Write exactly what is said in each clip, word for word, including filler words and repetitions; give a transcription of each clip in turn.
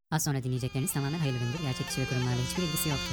Az sonra dinleyecekleriniz tamamen hayırlı gündür. Gerçek kişi ve kurumlarla hiçbir ilgisi yoktur.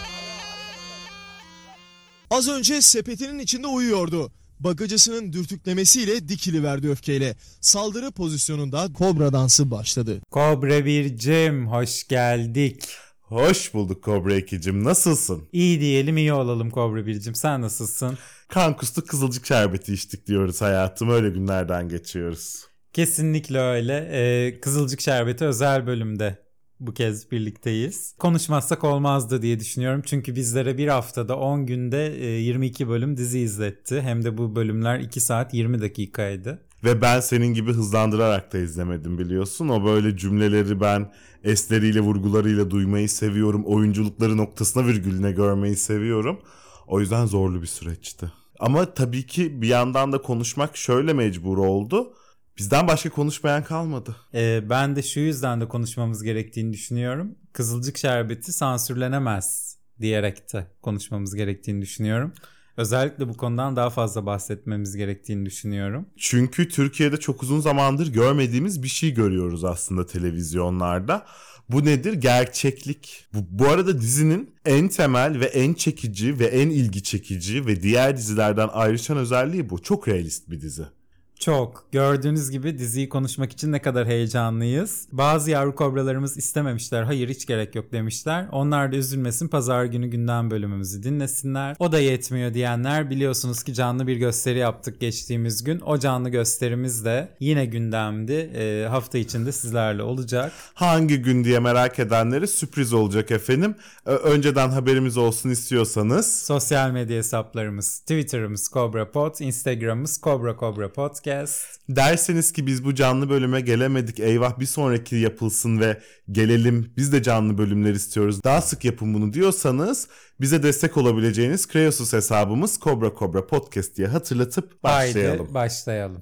Az önce sepetinin içinde uyuyordu. Bagacısının dürtüklemesiyle dikiliverdi öfkeyle. Saldırı pozisyonunda kobra dansı başladı. Kobra bircim, hoş geldik. Hoş bulduk Kobra ikicim, nasılsın? İyi diyelim, iyi olalım Kobra bircim, sen nasılsın? Kan kustu kızılcık şerbeti içtik diyoruz hayatım, öyle günlerden geçiyoruz. Kesinlikle öyle. Ee, Kızılcık Şerbeti özel bölümde bu kez birlikteyiz. Konuşmazsak olmazdı diye düşünüyorum. Çünkü bizlere bir haftada on günde yirmi iki bölüm dizi izletti. Hem de bu bölümler iki saat yirmi dakikaydı. Ve ben senin gibi hızlandırarak da izlemedim biliyorsun. O böyle cümleleri ben esleriyle vurgularıyla duymayı seviyorum. Oyunculukları noktasına virgülüne görmeyi seviyorum. O yüzden zorlu bir süreçti. Ama tabii ki bir yandan da konuşmak şöyle mecbur oldu. Bizden başka konuşmayan kalmadı. Ee, ben de şu yüzden de konuşmamız gerektiğini düşünüyorum. Kızılcık Şerbeti sansürlenemez diyerek de konuşmamız gerektiğini düşünüyorum. Özellikle bu konudan daha fazla bahsetmemiz gerektiğini düşünüyorum. Çünkü Türkiye'de çok uzun zamandır görmediğimiz bir şey görüyoruz aslında televizyonlarda. Bu nedir? Gerçeklik. Bu, bu arada dizinin en temel ve en çekici ve en ilgi çekici ve diğer dizilerden ayrışan özelliği bu. Çok realist bir dizi. Çok. Gördüğünüz gibi diziyi konuşmak için ne kadar heyecanlıyız. Bazı yavru kobralarımız istememişler. Hayır, hiç gerek yok demişler. Onlar da üzülmesin, pazar günü gündem bölümümüzü dinlesinler. O da yetmiyor diyenler, biliyorsunuz ki canlı bir gösteri yaptık geçtiğimiz gün. O canlı gösterimiz de yine gündemdi. E, hafta içinde sizlerle olacak. Hangi gün diye merak edenlere sürpriz olacak efendim. Önceden haberimiz olsun istiyorsanız. Sosyal medya hesaplarımız Twitter'ımız CobraPod, Instagram'ımız Cobra Cobra Podcast. Derseniz ki biz bu canlı bölüme gelemedik, eyvah bir sonraki yapılsın ve gelelim, biz de canlı bölümler istiyoruz, daha sık yapın bunu diyorsanız bize destek olabileceğiniz Kreosus hesabımız Cobra Cobra Podcast diye hatırlatıp başlayalım. Haydi başlayalım.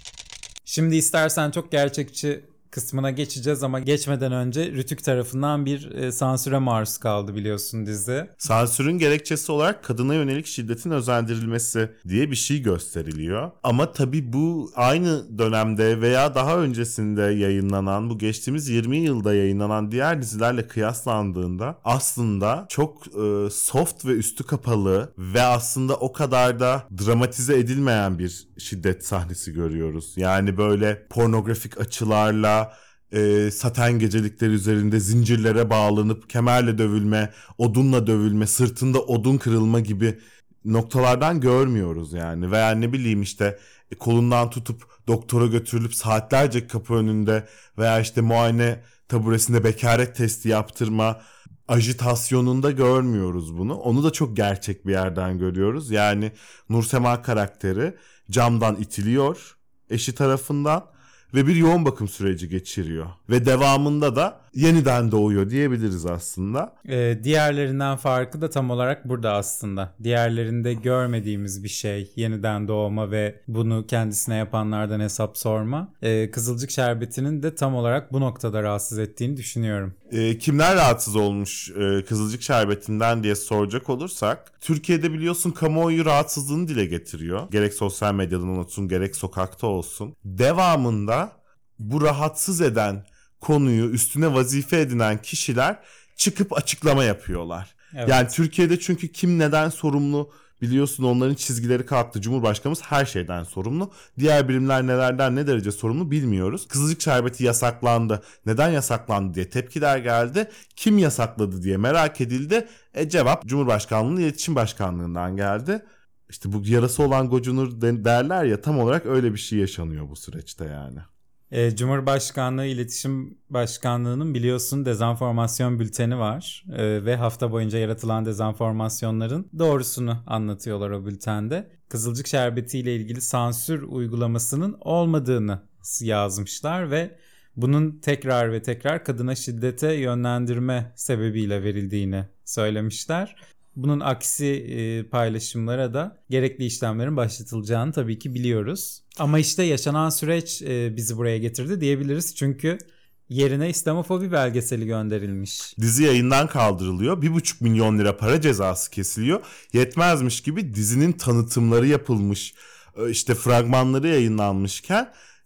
Şimdi istersen çok gerçekçi kısmına geçeceğiz ama geçmeden önce Rütük tarafından bir e, sansüre maruz kaldı biliyorsun dizi. Sansürün gerekçesi olarak kadına yönelik şiddetin özendirilmesi diye bir şey gösteriliyor. Ama tabii bu aynı dönemde veya daha öncesinde yayınlanan, bu geçtiğimiz yirmi yılda yayınlanan diğer dizilerle kıyaslandığında aslında çok e, soft ve üstü kapalı ve aslında o kadar da dramatize edilmeyen bir şiddet sahnesi görüyoruz. Yani böyle pornografik açılarla, E, saten gecelikler üzerinde zincirlere bağlanıp kemerle dövülme, odunla dövülme, sırtında odun kırılma gibi noktalardan görmüyoruz yani. Veya ne bileyim işte e, kolundan tutup doktora götürülüp saatlerce kapı önünde veya işte muayene taburesinde bekaret testi yaptırma ajitasyonunda görmüyoruz bunu. Onu da çok gerçek bir yerden görüyoruz. Yani Nursema karakteri camdan itiliyor eşi tarafından ve bir yoğun bakım süreci geçiriyor. Ve devamında da yeniden doğuyor diyebiliriz aslında. Ee, diğerlerinden farkı da tam olarak burada aslında. Diğerlerinde görmediğimiz bir şey, yeniden doğma ve bunu kendisine yapanlardan hesap sorma. Ee, Kızılcık Şerbeti'nin de tam olarak bu noktada rahatsız ettiğini düşünüyorum. Ee, kimler rahatsız olmuş e, Kızılcık Şerbeti'nden diye soracak olursak, Türkiye'de biliyorsun kamuoyu rahatsızlığını dile getiriyor. Gerek sosyal medyadan olsun, gerek sokakta olsun. Devamında bu rahatsız eden konuyu üstüne vazife edinen kişiler çıkıp açıklama yapıyorlar. Evet. Yani Türkiye'de çünkü kim neden sorumlu biliyorsun, onların çizgileri kalktı. Cumhurbaşkanımız her şeyden sorumlu. Diğer birimler nelerden ne derece sorumlu bilmiyoruz. Kızılcık Şerbeti yasaklandı. Neden yasaklandı diye tepkiler geldi. Kim yasakladı diye merak edildi. E cevap Cumhurbaşkanlığı'nın İletişim Başkanlığı'ndan geldi. İşte bu yarası olan gocunur derler ya, tam olarak öyle bir şey yaşanıyor bu süreçte yani. E, Cumhurbaşkanlığı İletişim Başkanlığı'nın biliyorsun dezenformasyon bülteni var e, ve hafta boyunca yaratılan dezenformasyonların doğrusunu anlatıyorlar o bültende. Kızılcık Şerbeti ile ilgili sansür uygulamasının olmadığını yazmışlar ve bunun tekrar ve tekrar kadına şiddete yönlendirme sebebiyle verildiğini söylemişler. Bunun aksi e, paylaşımlara da gerekli işlemlerin başlatılacağını tabii ki biliyoruz. Ama işte yaşanan süreç e, bizi buraya getirdi diyebiliriz. Çünkü yerine İslamofobi belgeseli gönderilmiş. Dizi yayından kaldırılıyor. Bir buçuk milyon lira para cezası kesiliyor. Yetmezmiş gibi dizinin tanıtımları yapılmış. İşte fragmanları yayınlanmışken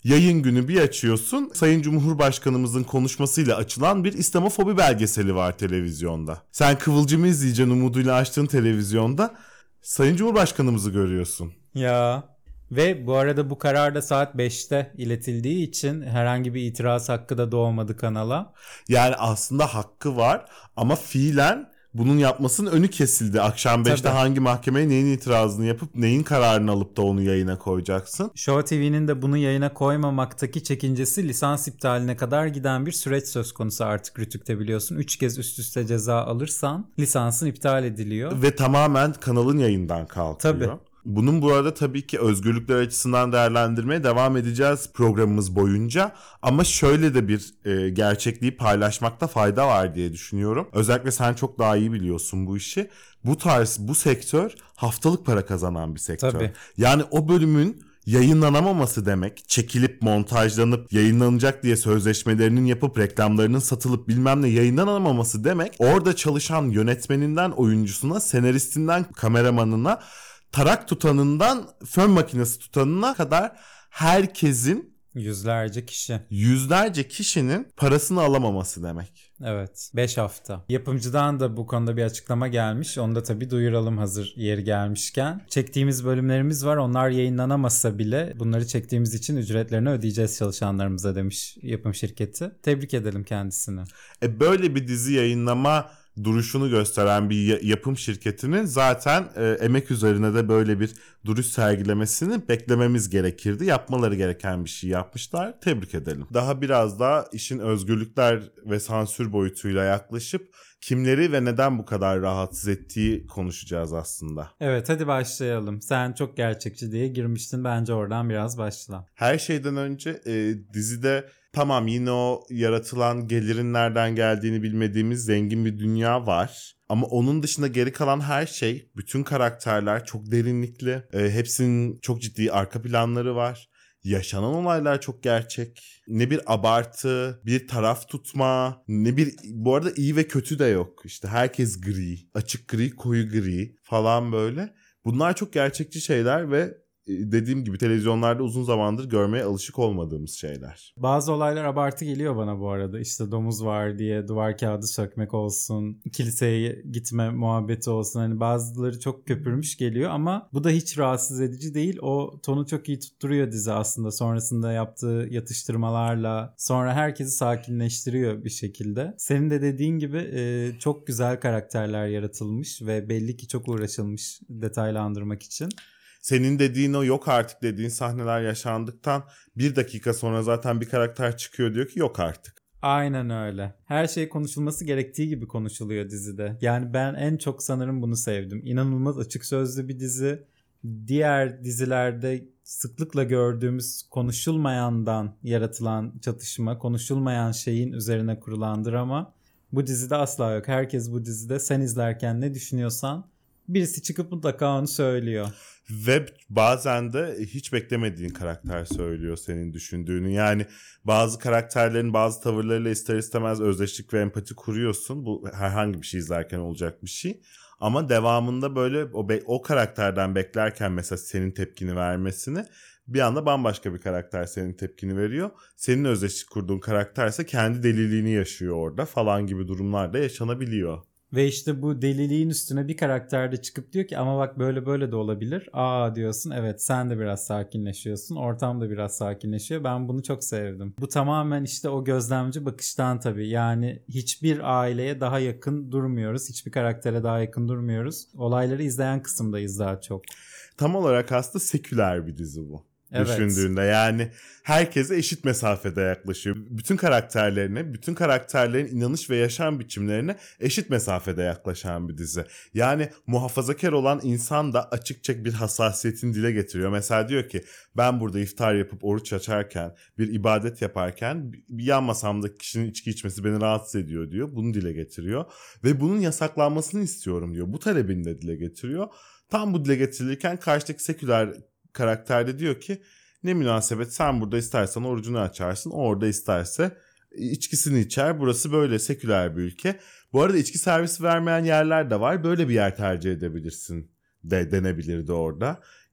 Yayın günü bir açıyorsun, Sayın Cumhurbaşkanımızın konuşmasıyla açılan bir İslamofobi belgeseli var televizyonda. Sen Kıvılcım'ı izleyeceğin umuduyla açtığın televizyonda Sayın Cumhurbaşkanımızı görüyorsun. Ya ve bu arada bu karar da saat beşte iletildiği için herhangi bir itiraz hakkı da doğmadı kanala. Yani aslında hakkı var ama fiilen bunun yapmasının önü kesildi. Akşam beşte Tabii. hangi mahkemeye neyin itirazını yapıp neyin kararını alıp da onu yayına koyacaksın? Show T V'nin de bunu yayına koymamaktaki çekincesi lisans iptaline kadar giden bir süreç söz konusu artık Rütük'te biliyorsun. Üç kez üst üste ceza alırsan lisansın iptal ediliyor. Ve tamamen kanalın yayından kalkıyor. Tabii. Bunun bu arada tabii ki özgürlükler açısından değerlendirmeye devam edeceğiz programımız boyunca. Ama şöyle de bir e, gerçekliği paylaşmakta fayda var diye düşünüyorum. Özellikle sen çok daha iyi biliyorsun bu işi. Bu tarz, bu sektör haftalık para kazanan bir sektör. Tabii. Yani o bölümün yayınlanamaması demek, çekilip montajlanıp yayınlanacak diye sözleşmelerinin yapıp reklamlarının satılıp bilmem ne yayınlanamaması demek, orada çalışan yönetmeninden oyuncusuna, senaristinden kameramanına, tarak tutanından fön makinesi tutanına kadar herkesin, Yüzlerce kişi. yüzlerce kişinin parasını alamaması demek. Evet. beş hafta. Yapımcıdan da bu konuda bir açıklama gelmiş. Onu da tabii duyuralım hazır yeri gelmişken. Çektiğimiz bölümlerimiz var. Onlar yayınlanamasa bile bunları çektiğimiz için ücretlerini ödeyeceğiz çalışanlarımıza demiş yapım şirketi. Tebrik edelim kendisini. E böyle bir dizi yayınlama duruşunu gösteren bir yapım şirketinin zaten e, emek üzerine de böyle bir duruş sergilemesini beklememiz gerekirdi. Yapmaları gereken bir şey yapmışlar. Tebrik edelim. Daha biraz da işin özgürlükler ve sansür boyutuyla yaklaşıp kimleri ve neden bu kadar rahatsız ettiği konuşacağız aslında. Evet, hadi başlayalım. Sen çok gerçekçi diye girmiştin. Bence oradan biraz başla. Her şeyden önce e, dizide tamam yine o yaratılan gelirin nereden geldiğini bilmediğimiz zengin bir dünya var. Ama onun dışında geri kalan her şey, bütün karakterler çok derinlikli. E, hepsinin çok ciddi arka planları var. Yaşanan olaylar çok gerçek. Ne bir abartı, bir taraf tutma, ne bir... Bu arada iyi ve kötü de yok. İşte herkes gri, açık gri, koyu gri falan böyle. Bunlar çok gerçekçi şeyler ve dediğim gibi televizyonlarda uzun zamandır görmeye alışık olmadığımız şeyler. Bazı olaylar abartı geliyor bana bu arada. İşte domuz var diye duvar kağıdı sökmek olsun, kiliseye gitme muhabbeti olsun. Hani bazıları çok köpürmüş geliyor ama bu da hiç rahatsız edici değil. O tonu çok iyi tutturuyor dizi aslında. Sonrasında yaptığı yatıştırmalarla sonra herkesi sakinleştiriyor bir şekilde. Senin de dediğin gibi çok güzel karakterler yaratılmış ve belli ki çok uğraşılmış detaylandırmak için. Senin dediğin o yok artık dediğin sahneler yaşandıktan bir dakika sonra zaten bir karakter çıkıyor diyor ki yok artık. Aynen öyle. Her şey konuşulması gerektiği gibi konuşuluyor dizide. Yani ben en çok sanırım bunu sevdim. İnanılmaz açık sözlü bir dizi. Diğer dizilerde sıklıkla gördüğümüz konuşulmayandan yaratılan çatışma, konuşulmayan şeyin üzerine kurulan drama bu dizide asla yok. Herkes bu dizide sen izlerken ne düşünüyorsan birisi çıkıp mutlaka onu söylüyor. Ve bazen de hiç beklemediğin karakter söylüyor senin düşündüğünü. Yani bazı karakterlerin bazı tavırlarıyla ister istemez özdeşlik ve empati kuruyorsun. Bu herhangi bir şey izlerken olacak bir şey. Ama devamında böyle o, be- o karakterden beklerken mesela senin tepkini vermesini bir anda bambaşka bir karakter senin tepkini veriyor. Senin özdeşlik kurduğun karakterse kendi deliliğini yaşıyor orada falan gibi durumlar da yaşanabiliyor. Ve işte bu deliliğin üstüne bir karakter de çıkıp diyor ki ama bak böyle böyle de olabilir. Aa diyorsun, evet sen de biraz sakinleşiyorsun. Ortam da biraz sakinleşiyor. Ben bunu çok sevdim. Bu tamamen işte o gözlemci bakıştan tabii. Yani hiçbir aileye daha yakın durmuyoruz. Hiçbir karaktere daha yakın durmuyoruz. Olayları izleyen kısımdayız daha çok. Tam olarak aslında seküler bir dizi bu. Evet. Düşündüğünde yani herkese eşit mesafede yaklaşıyor. Bütün karakterlerine, bütün karakterlerin inanış ve yaşam biçimlerine eşit mesafede yaklaşan bir dizi. Yani muhafazakar olan insan da açıkça bir hassasiyetini dile getiriyor. Mesela diyor ki ben burada iftar yapıp oruç açarken, bir ibadet yaparken bir yan masamdaki kişinin içki içmesi beni rahatsız ediyor diyor. Bunu dile getiriyor ve bunun yasaklanmasını istiyorum diyor. Bu talebini de dile getiriyor. Tam bu dile getirilirken karşıdaki seküler karakterde diyor ki ne münasebet sen burada istersen orucunu açarsın, orada isterse içkisini içer. Burası böyle seküler bir ülke. Bu arada içki servisi vermeyen yerler de var. Böyle bir yer tercih edebilirsin de denebilirdi orada.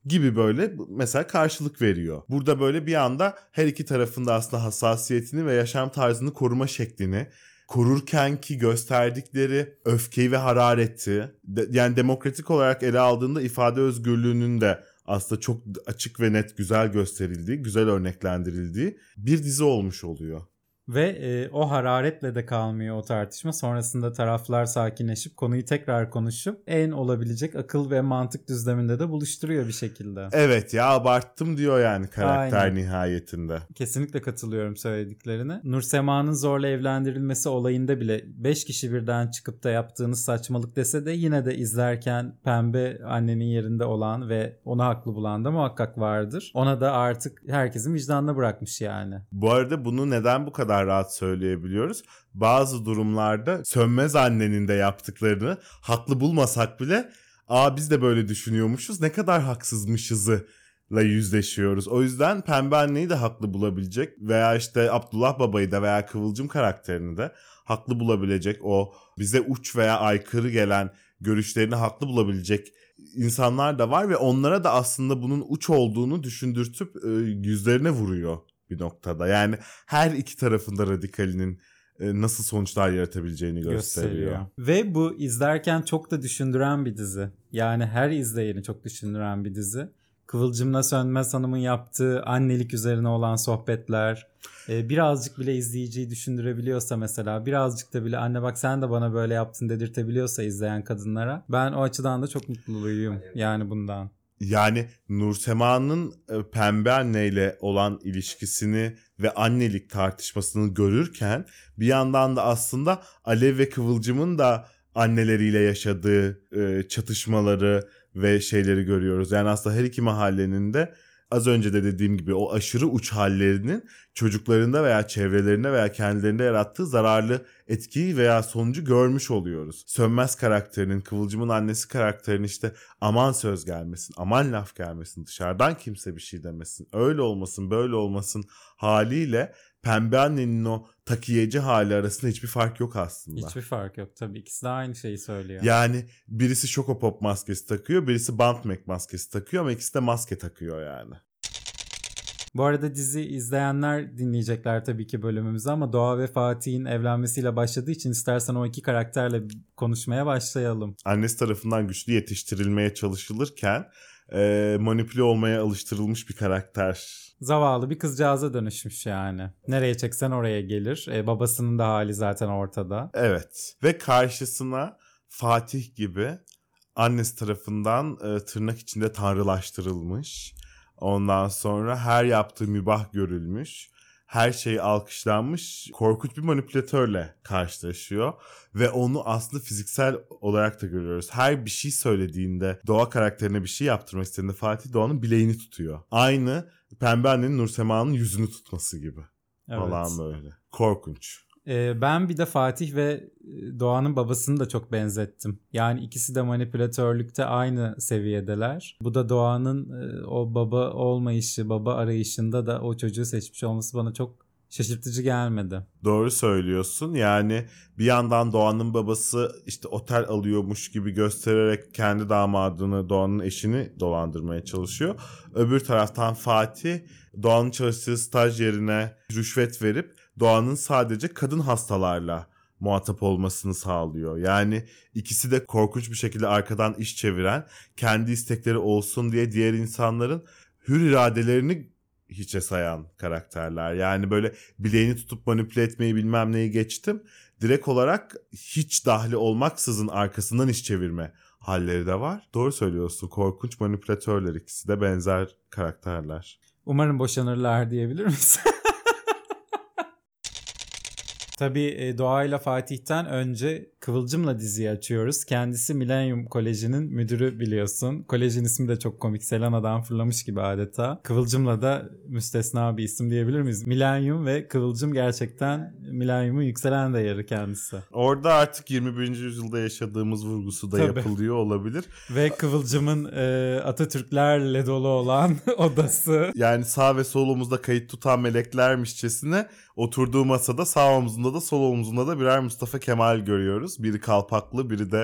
gibi böyle mesela karşılık veriyor. Burada böyle bir anda her iki tarafında aslında hassasiyetini ve yaşam tarzını koruma şeklini, korurkenki gösterdikleri öfkeyi ve harareti, de, yani demokratik olarak ele aldığında ifade özgürlüğünün de aslında çok açık ve net güzel gösterildiği, güzel örneklendirildiği bir dizi olmuş oluyor. Ve e, o hararetle de kalmıyor o tartışma. Sonrasında taraflar sakinleşip konuyu tekrar konuşup en olabilecek akıl ve mantık düzleminde de buluşturuyor bir şekilde. Evet ya, abarttım diyor yani karakter Aynen. Nihayetinde. Kesinlikle katılıyorum söylediklerine. Nursema'nın zorla evlendirilmesi olayında bile beş kişi birden çıkıp da yaptığınız saçmalık dese de yine de izlerken pembe annenin yerinde olan ve onu haklı bulan da muhakkak vardır. Ona da artık herkesin vicdanına bırakmış yani. Bu arada bunu neden bu kadar rahat söyleyebiliyoruz? Bazı durumlarda Sönmez annenin de yaptıklarını haklı bulmasak bile aa biz de böyle düşünüyormuşuz, ne kadar haksızmışızı la yüzleşiyoruz. O yüzden Pembe anneyi de haklı bulabilecek veya işte Abdullah babayı da veya Kıvılcım karakterini de haklı bulabilecek, o bize uç veya aykırı gelen görüşlerini haklı bulabilecek insanlar da var ve onlara da aslında bunun uç olduğunu düşündürtüp e, yüzlerine vuruyor bir noktada. Yani her iki tarafında radikalinin e, nasıl sonuçlar yaratabileceğini gösteriyor. gösteriyor. Ve bu izlerken çok da düşündüren bir dizi. Yani her izleyeni çok düşündüren bir dizi. Kıvılcım'la Sönmez Hanım'ın yaptığı annelik üzerine olan sohbetler, e, birazcık bile izleyiciyi düşündürebiliyorsa mesela, birazcık da bile anne bak sen de bana böyle yaptın dedirtebiliyorsa izleyen kadınlara, ben o açıdan da çok mutluyum yani bundan. Yani Nursema'nın Pembe anneyle olan ilişkisini ve annelik tartışmasını görürken bir yandan da aslında Alev ve Kıvılcım'ın da anneleriyle yaşadığı çatışmaları ve şeyleri görüyoruz. Yani aslında her iki mahallenin de az önce de dediğim gibi o aşırı uç hallerinin çocuklarında veya çevrelerinde veya kendilerinde yarattığı zararlı etkiyi veya sonucu görmüş oluyoruz. Sönmez karakterinin, Kıvılcım'ın annesi karakterinin işte aman söz gelmesin, aman laf gelmesin, dışarıdan kimse bir şey demesin, öyle olmasın, böyle olmasın haliyle Pembe annenin o takiyeci hali arasında hiçbir fark yok aslında. Hiçbir fark yok tabii. İkisi de aynı şeyi söylüyor. Yani birisi Şokopop maskesi takıyor, birisi Bantmek maskesi takıyor ama ikisi de maske takıyor yani. Bu arada dizi izleyenler dinleyecekler tabii ki bölümümüzü ama Doğa ve Fatih'in evlenmesiyle başladığı için istersen o iki karakterle konuşmaya başlayalım. Annesi tarafından güçlü yetiştirilmeye çalışılırken e, manipüle olmaya alıştırılmış bir karakter. Zavallı bir kızcağıza dönüşmüş yani. Nereye çeksen oraya gelir. E, babasının da hali zaten ortada. Evet. Ve karşısına Fatih gibi annesi tarafından e, tırnak içinde tanrılaştırılmış. Ondan sonra her yaptığı mübah görülmüş. Her şey alkışlanmış. Korkunç bir manipülatörle karşılaşıyor. Ve onu aslında fiziksel olarak da görüyoruz. Her bir şey söylediğinde, Doğa karakterine bir şey yaptırmak istediğinde Fatih Doğan'ın bileğini tutuyor. Aynı Pembe annenin Nursema'nın yüzünü tutması gibi. Evet. Falan böyle. Korkunç. Ee, ben bir de Fatih ve Doğan'ın babasını da çok benzettim. Yani ikisi de manipülatörlükte aynı seviyedeler. Bu da Doğan'ın e, o baba olmayışı, baba arayışında da o çocuğu seçmiş olması bana çok şaşırtıcı gelmedi. Doğru söylüyorsun. Yani bir yandan Doğan'ın babası işte otel alıyormuş gibi göstererek kendi damadını, Doğan'ın eşini dolandırmaya çalışıyor. Öbür taraftan Fatih Doğan'ın çalıştığı staj yerine rüşvet verip Doğan'ın sadece kadın hastalarla muhatap olmasını sağlıyor. Yani ikisi de korkunç bir şekilde arkadan iş çeviren, kendi istekleri olsun diye diğer insanların hür iradelerini hiçe sayan karakterler. Yani böyle bileğini tutup manipüle etmeyi bilmem neyi geçtim. Direkt olarak hiç dahli olmaksızın arkasından iş çevirme halleri de var. Doğru söylüyorsun. Korkunç manipülatörler, ikisi de benzer karakterler. Umarım boşanırlar diyebilir misin? Tabii Doğa ile Fatih'ten önce Kıvılcım'la diziyi açıyoruz. Kendisi Millennium Koleji'nin müdürü biliyorsun. Kolejin ismi de çok komik. Selena'dan fırlamış gibi adeta. Kıvılcım'la da müstesna bir isim diyebilir miyiz? Millennium ve Kıvılcım gerçekten Millennium'un yükselen değeri kendisi. Orada artık yirmi birinci yüzyılda yaşadığımız vurgusu da Tabii. yapılıyor olabilir. Ve Kıvılcım'ın e, Atatürklerle dolu olan odası. Yani sağ ve sol omuzda kayıt tutan meleklermişçesine oturduğu masada sağ omzunda da sol omzunda da birer Mustafa Kemal görüyoruz. Biri kalpaklı, biri de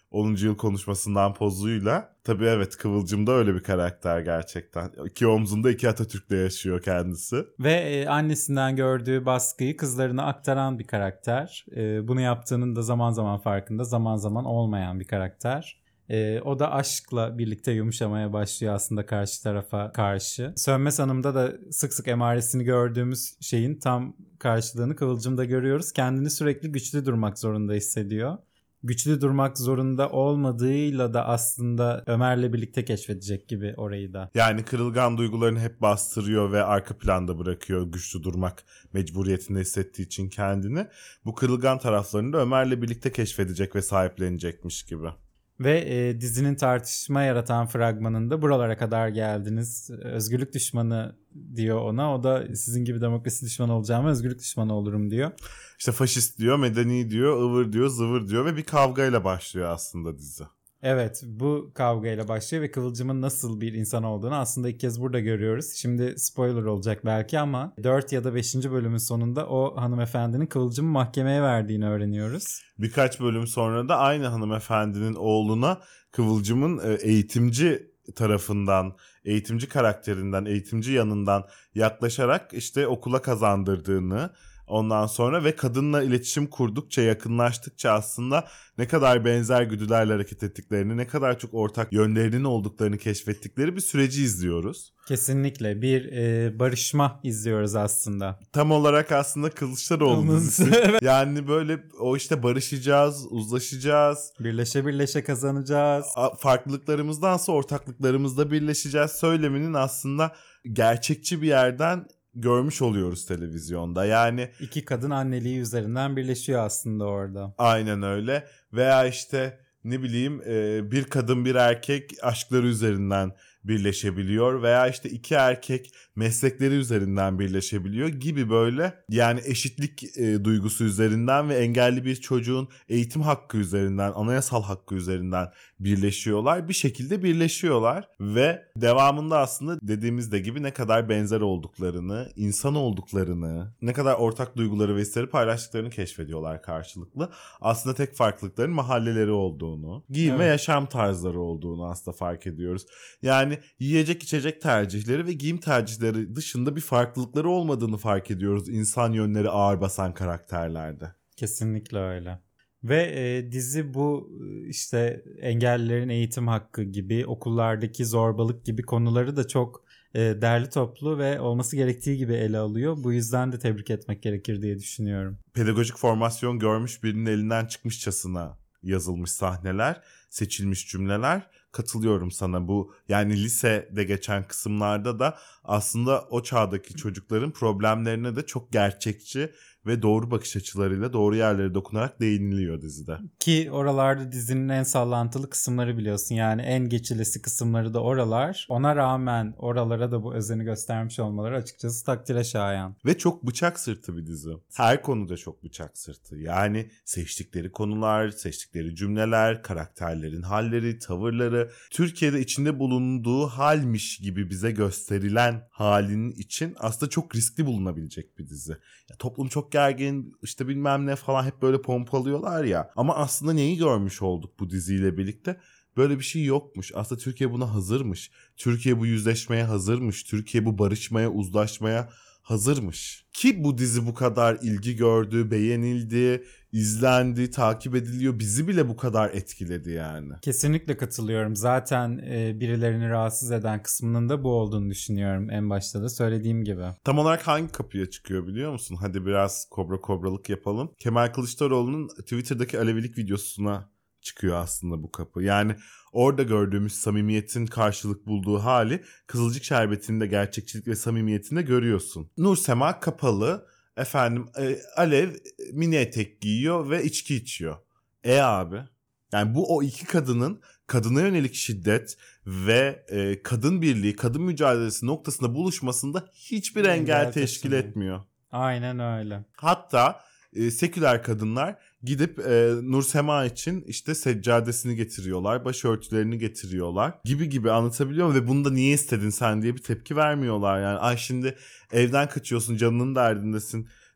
onuncu yıl konuşmasından pozuyla. Tabii evet, Kıvılcım da öyle bir karakter gerçekten. İki omzunda iki Atatürk'le yaşıyor kendisi. Ve e, annesinden gördüğü baskıyı kızlarına aktaran bir karakter. E, bunu yaptığının da zaman zaman farkında, zaman zaman olmayan bir karakter. E, o da aşkla birlikte yumuşamaya başlıyor aslında karşı tarafa karşı. Sönmez Hanım'da da sık sık emaresini gördüğümüz şeyin tam karşılığını Kıvılcım'da görüyoruz. Kendini sürekli güçlü durmak zorunda hissediyor. Güçlü durmak zorunda olmadığıyla da aslında Ömer'le birlikte keşfedecek gibi orayı da. Yani kırılgan duygularını hep bastırıyor ve arka planda bırakıyor güçlü durmak mecburiyetinde hissettiği için kendini. Bu kırılgan taraflarını da Ömer'le birlikte keşfedecek ve sahiplenecekmiş gibi. Ve e, dizinin tartışma yaratan fragmanında buralara kadar geldiniz. Özgürlük düşmanı diyor ona. O da sizin gibi demokrasi düşmanı olacağıma özgürlük düşmanı olurum diyor. İşte faşist diyor, medeni diyor, ıvır diyor, zıvır diyor ve bir kavgayla başlıyor aslında dizi. Evet, bu kavgayla başlıyor ve Kıvılcım'ın nasıl bir insan olduğunu aslında ilk kez burada görüyoruz. Şimdi spoiler olacak belki ama dört ya da beşinci bölümün sonunda o hanımefendinin Kıvılcım'ı mahkemeye verdiğini öğreniyoruz. Birkaç bölüm sonra da aynı hanımefendinin oğluna Kıvılcım'ın eğitimci tarafından, eğitimci karakterinden, eğitimci yanından yaklaşarak işte okula kazandırdığını, ondan sonra ve kadınla iletişim kurdukça, yakınlaştıkça aslında ne kadar benzer güdülerle hareket ettiklerini, ne kadar çok ortak yönlerinin olduklarını keşfettikleri bir süreci izliyoruz. Kesinlikle bir e, barışma izliyoruz aslında. Tam olarak aslında Kılıçdaroğlu dizisi. Yani böyle o işte barışacağız, uzlaşacağız. Birleşe birleşe kazanacağız. Farklılıklarımızdansa ortaklıklarımızda birleşeceğiz söyleminin aslında gerçekçi bir yerden görmüş oluyoruz televizyonda. Yani iki kadın anneliği üzerinden birleşiyor aslında orada. Aynen öyle. Veya işte ne bileyim bir kadın bir erkek aşkları üzerinden birleşebiliyor veya işte iki erkek meslekleri üzerinden birleşebiliyor gibi böyle, yani eşitlik e, duygusu üzerinden ve engelli bir çocuğun eğitim hakkı üzerinden, anayasal hakkı üzerinden birleşiyorlar. Bir şekilde birleşiyorlar ve devamında aslında dediğimizde gibi ne kadar benzer olduklarını, insan olduklarını, ne kadar ortak duyguları ve hisleri paylaştıklarını keşfediyorlar karşılıklı. Aslında tek farklılıkların mahalleleri olduğunu, giyim evet. ve yaşam tarzları olduğunu aslında fark ediyoruz. Yani yiyecek içecek tercihleri ve giyim tercihleri dışında bir farklılıkları olmadığını fark ediyoruz insan yönleri ağır basan karakterlerde. Kesinlikle öyle. Ve e, dizi bu işte engellilerin eğitim hakkı gibi, okullardaki zorbalık gibi konuları da çok e, derli toplu ve olması gerektiği gibi ele alıyor. Bu yüzden de tebrik etmek gerekir diye düşünüyorum. Pedagojik formasyon görmüş birinin elinden çıkmışçasına yazılmış sahneler, seçilmiş cümleler. Katılıyorum sana, bu yani lisede geçen kısımlarda da aslında o çağdaki çocukların problemlerine de çok gerçekçi ve doğru bakış açılarıyla doğru yerlere dokunarak değiniliyor dizide. Ki oralarda dizinin en sallantılı kısımları biliyorsun, yani en geçilesi kısımları da oralar. Ona rağmen oralara da bu özeni göstermiş olmaları açıkçası takdire şayan. Ve çok bıçak sırtı bir dizi. Her konuda çok bıçak sırtı. Yani seçtikleri konular, seçtikleri cümleler, karakterlerin halleri, tavırları, Türkiye'de içinde bulunduğu halmiş gibi bize gösterilen halinin için aslında çok riskli bulunabilecek bir dizi. Ya toplum çok gergin, işte bilmem ne falan hep böyle pompalıyorlar ya. Ama aslında neyi görmüş olduk bu diziyle birlikte? Böyle bir şey yokmuş. Aslında Türkiye buna hazırmış. Türkiye bu yüzleşmeye hazırmış. Türkiye bu barışmaya, uzlaşmaya hazırmış. Ki bu dizi bu kadar ilgi gördü, beğenildi, izlendi, takip ediliyor. Bizi bile bu kadar etkiledi yani. Kesinlikle katılıyorum. Zaten e, birilerini rahatsız eden kısmının da bu olduğunu düşünüyorum en başta da söylediğim gibi. Tam olarak hangi kapıya çıkıyor biliyor musun? Hadi biraz kobra kobralık yapalım. Kemal Kılıçdaroğlu'nun Twitter'daki Alevilik videosuna çıkıyor aslında bu kapı. Yani orada gördüğümüz samimiyetin karşılık bulduğu hali Kızılcık Şerbeti'nde gerçekçilik ve samimiyetinde görüyorsun. Nursema kapalı, efendim e, Alev mini etek giyiyor ve içki içiyor. E abi, yani bu o iki kadının kadına yönelik şiddet ve e, kadın birliği, kadın mücadelesi noktasında buluşmasında hiçbir engel, engel teşkil etmiyor. Aynen öyle. Hatta e, seküler kadınlar gidip e, Nursema için işte seccadesini getiriyorlar, başörtülerini getiriyorlar gibi gibi, anlatabiliyor muyum? Ve bunu da niye istedin sen diye bir tepki vermiyorlar yani. Ay şimdi evden kaçıyorsun, canının derdindesin,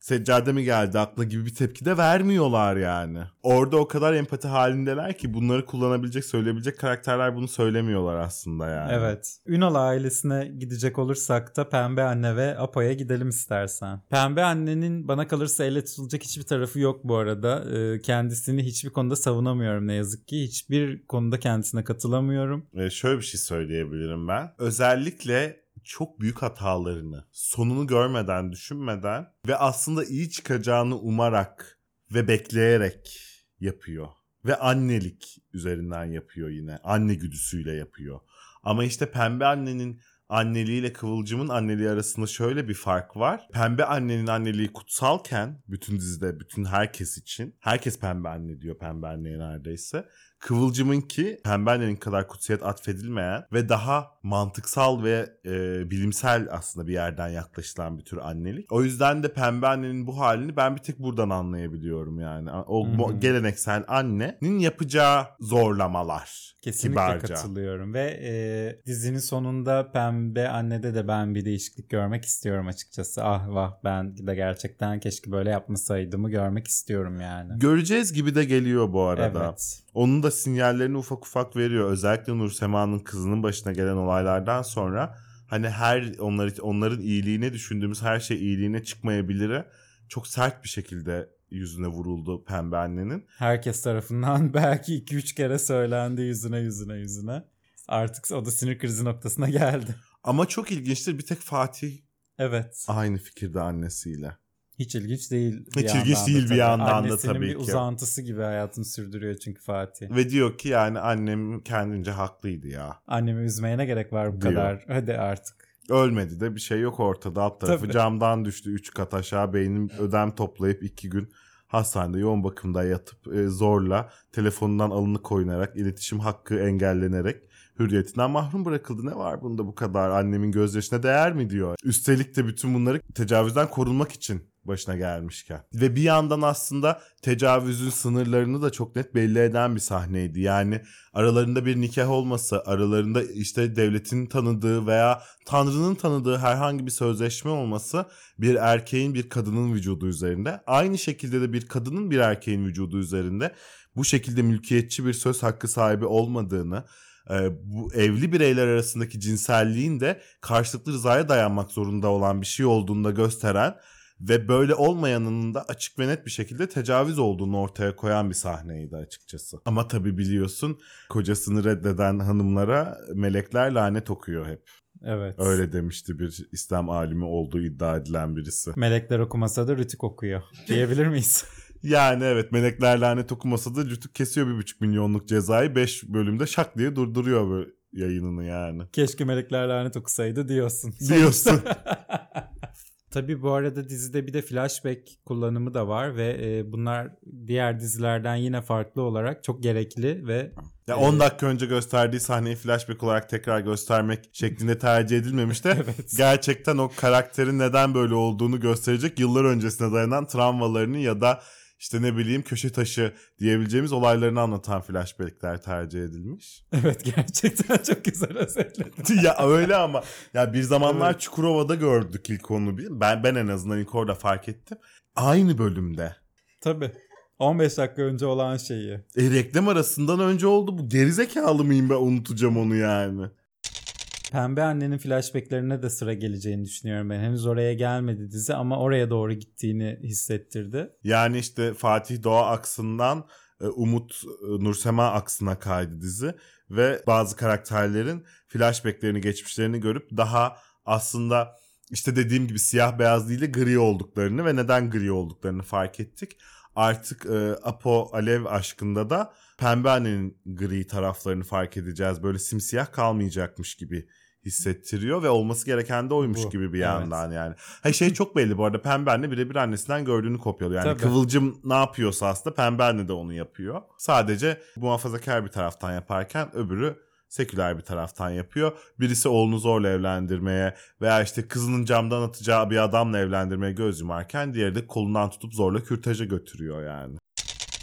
seccade mi geldi akla gibi bir tepki de vermiyorlar yani. Orada o kadar empati halindeler ki bunları kullanabilecek, söyleyebilecek karakterler bunu söylemiyorlar aslında yani. Evet. Ünal ailesine gidecek olursak da Pembe Anne ve Apo'ya gidelim istersen. Pembe Anne'nin bana kalırsa elle tutulacak hiçbir tarafı yok bu arada. Ee, kendisini hiçbir konuda savunamıyorum ne yazık ki. Hiçbir konuda kendisine katılamıyorum. Ee, şöyle bir şey söyleyebilirim ben. Özellikle çok büyük hatalarını sonunu görmeden, düşünmeden ve aslında iyi çıkacağını umarak ve bekleyerek yapıyor. Ve annelik üzerinden yapıyor yine. Anne güdüsüyle yapıyor. Ama işte Pembe Anne'nin anneliğiyle Kıvılcım'ın anneliği arasında şöyle bir fark var. Pembe Anne'nin anneliği kutsalken bütün dizide, bütün herkes için, herkes Pembe Anne diyor Pembe Anne'ye neredeyse. Kıvılcım'ınki Pembe Anne'nin kadar kutsiyet atfedilmeyen ve daha mantıksal ve e, bilimsel aslında bir yerden yaklaşılan bir tür annelik. O yüzden de Pembe Anne'nin bu halini ben bir tek buradan anlayabiliyorum yani. O Hı-hı. geleneksel annenin yapacağı zorlamalar. Kesinlikle kibarca. Katılıyorum ve e, dizinin sonunda Pembe Anne'de de ben bir değişiklik görmek istiyorum açıkçası. Ah vah ben de gerçekten keşke böyle yapmasaydımı görmek istiyorum yani. Göreceğiz gibi de geliyor bu arada. Evet. Onun da sinyallerini ufak ufak veriyor. Özellikle Nursema'nın kızının başına gelen olaylardan sonra hani her onlar, onların iyiliğine düşündüğümüz her şey iyiliğine çıkmayabilir. Çok sert bir şekilde yüzüne vuruldu Pembe Anne'nin. Herkes tarafından belki iki üç kere söylendi yüzüne yüzüne yüzüne. Artık o da sinir krizi noktasına geldi. Ama çok ilginçtir, bir tek Fatih Evet. aynı fikirde annesiyle. Hiç ilginç değil. Bir Hiç ilginç yandan değil da bir tabii. yandan da Annesinin tabii bir ki. uzantısı gibi hayatını sürdürüyor çünkü Fatih. Ve diyor ki yani annem kendince haklıydı ya. Annemi üzmeye ne gerek var bu Diyor. kadar? Hadi artık. Ölmedi de bir şey yok ortada, alt tarafı Tabii. camdan düştü üç kat aşağı, beynin ödem toplayıp iki gün hastanede yoğun bakımda yatıp e, zorla telefonundan alını koyunarak, iletişim hakkı engellenerek hürriyetinden mahrum bırakıldı. Ne var bunda bu kadar, annemin gözyaşına değer mi diyor. Üstelik de bütün bunları tecavüzden korunmak için başına gelmişken. Ve bir yandan aslında tecavüzün sınırlarını da çok net belli eden bir sahneydi. Yani aralarında bir nikah olması, aralarında işte devletin tanıdığı veya Tanrı'nın tanıdığı herhangi bir sözleşme olması bir erkeğin bir kadının vücudu üzerinde. Aynı şekilde de bir kadının bir erkeğin vücudu üzerinde bu şekilde mülkiyetçi bir söz hakkı sahibi olmadığını, bu evli bireyler arasındaki cinselliğin de karşılıklı rızaya dayanmak zorunda olan bir şey olduğunu da gösteren ve böyle olmayanının da açık ve net bir şekilde tecavüz olduğunu ortaya koyan bir sahneydi açıkçası. Ama tabii biliyorsun, kocasını reddeden hanımlara melekler lanet okuyor hep. Evet. Öyle demişti bir İslam alimi olduğu iddia edilen birisi. Melekler okumasa da Rütük okuyor diyebilir miyiz? Yani evet, melekler lanet okumasa da Rütük kesiyor bir buçuk milyonluk cezayı beş bölümde şak diye durduruyor böyle yayınını yani. Keşke melekler lanet okusaydı diyorsun. Diyorsun. Tabii bu arada dizide bir de flashback kullanımı da var ve e, bunlar diğer dizilerden yine farklı olarak çok gerekli ve ya on dakika önce gösterdiği sahneyi flashback olarak tekrar göstermek şeklinde tercih edilmemiş de evet. Gerçekten o karakterin neden böyle olduğunu gösterecek yıllar öncesine dayanan travmalarını ya da işte ne bileyim köşe taşı diyebileceğimiz olaylarını anlatan flashbackler tercih edilmiş. Evet, gerçekten çok güzel özetledin. Ya öyle ama ya bir zamanlar evet. Çukurova'da gördük ilk onu. Ben ben en azından ilk orada fark ettim. Aynı bölümde. Tabii. on beş dakika önce olan şeyi. E, reklam arasından önce oldu. Bu gerizekalı mıyım ben, unutacağım onu yani. Pembe Anne'nin flashbacklerine de sıra geleceğini düşünüyorum ben. Henüz oraya gelmedi dizi ama oraya doğru gittiğini hissettirdi. Yani işte Fatih Doğa aksından Umut Nursema aksına kaydı dizi ve bazı karakterlerin flashbacklerini, geçmişlerini görüp daha aslında işte dediğim gibi siyah beyaz değil de gri olduklarını ve neden gri olduklarını fark ettik. Artık e, Apo Alev aşkında da Pembe Anne'nin gri taraflarını fark edeceğiz. Böyle simsiyah kalmayacakmış gibi hissettiriyor ve olması gereken de oymuş bu, gibi bir yandan evet. Yani. Ha şey çok belli bu arada, Pembe Anne birebir annesinden gördüğünü kopyalıyor. Yani Tabii. Kıvılcım ne yapıyorsa aslında Pembe Anne de onu yapıyor. Sadece muhafazakar bir taraftan yaparken öbürü seküler bir taraftan yapıyor. Birisi oğlunu zorla evlendirmeye veya işte kızının camdan atacağı bir adamla evlendirmeye göz yumarken diğeri de kolundan tutup zorla kürtaja götürüyor yani.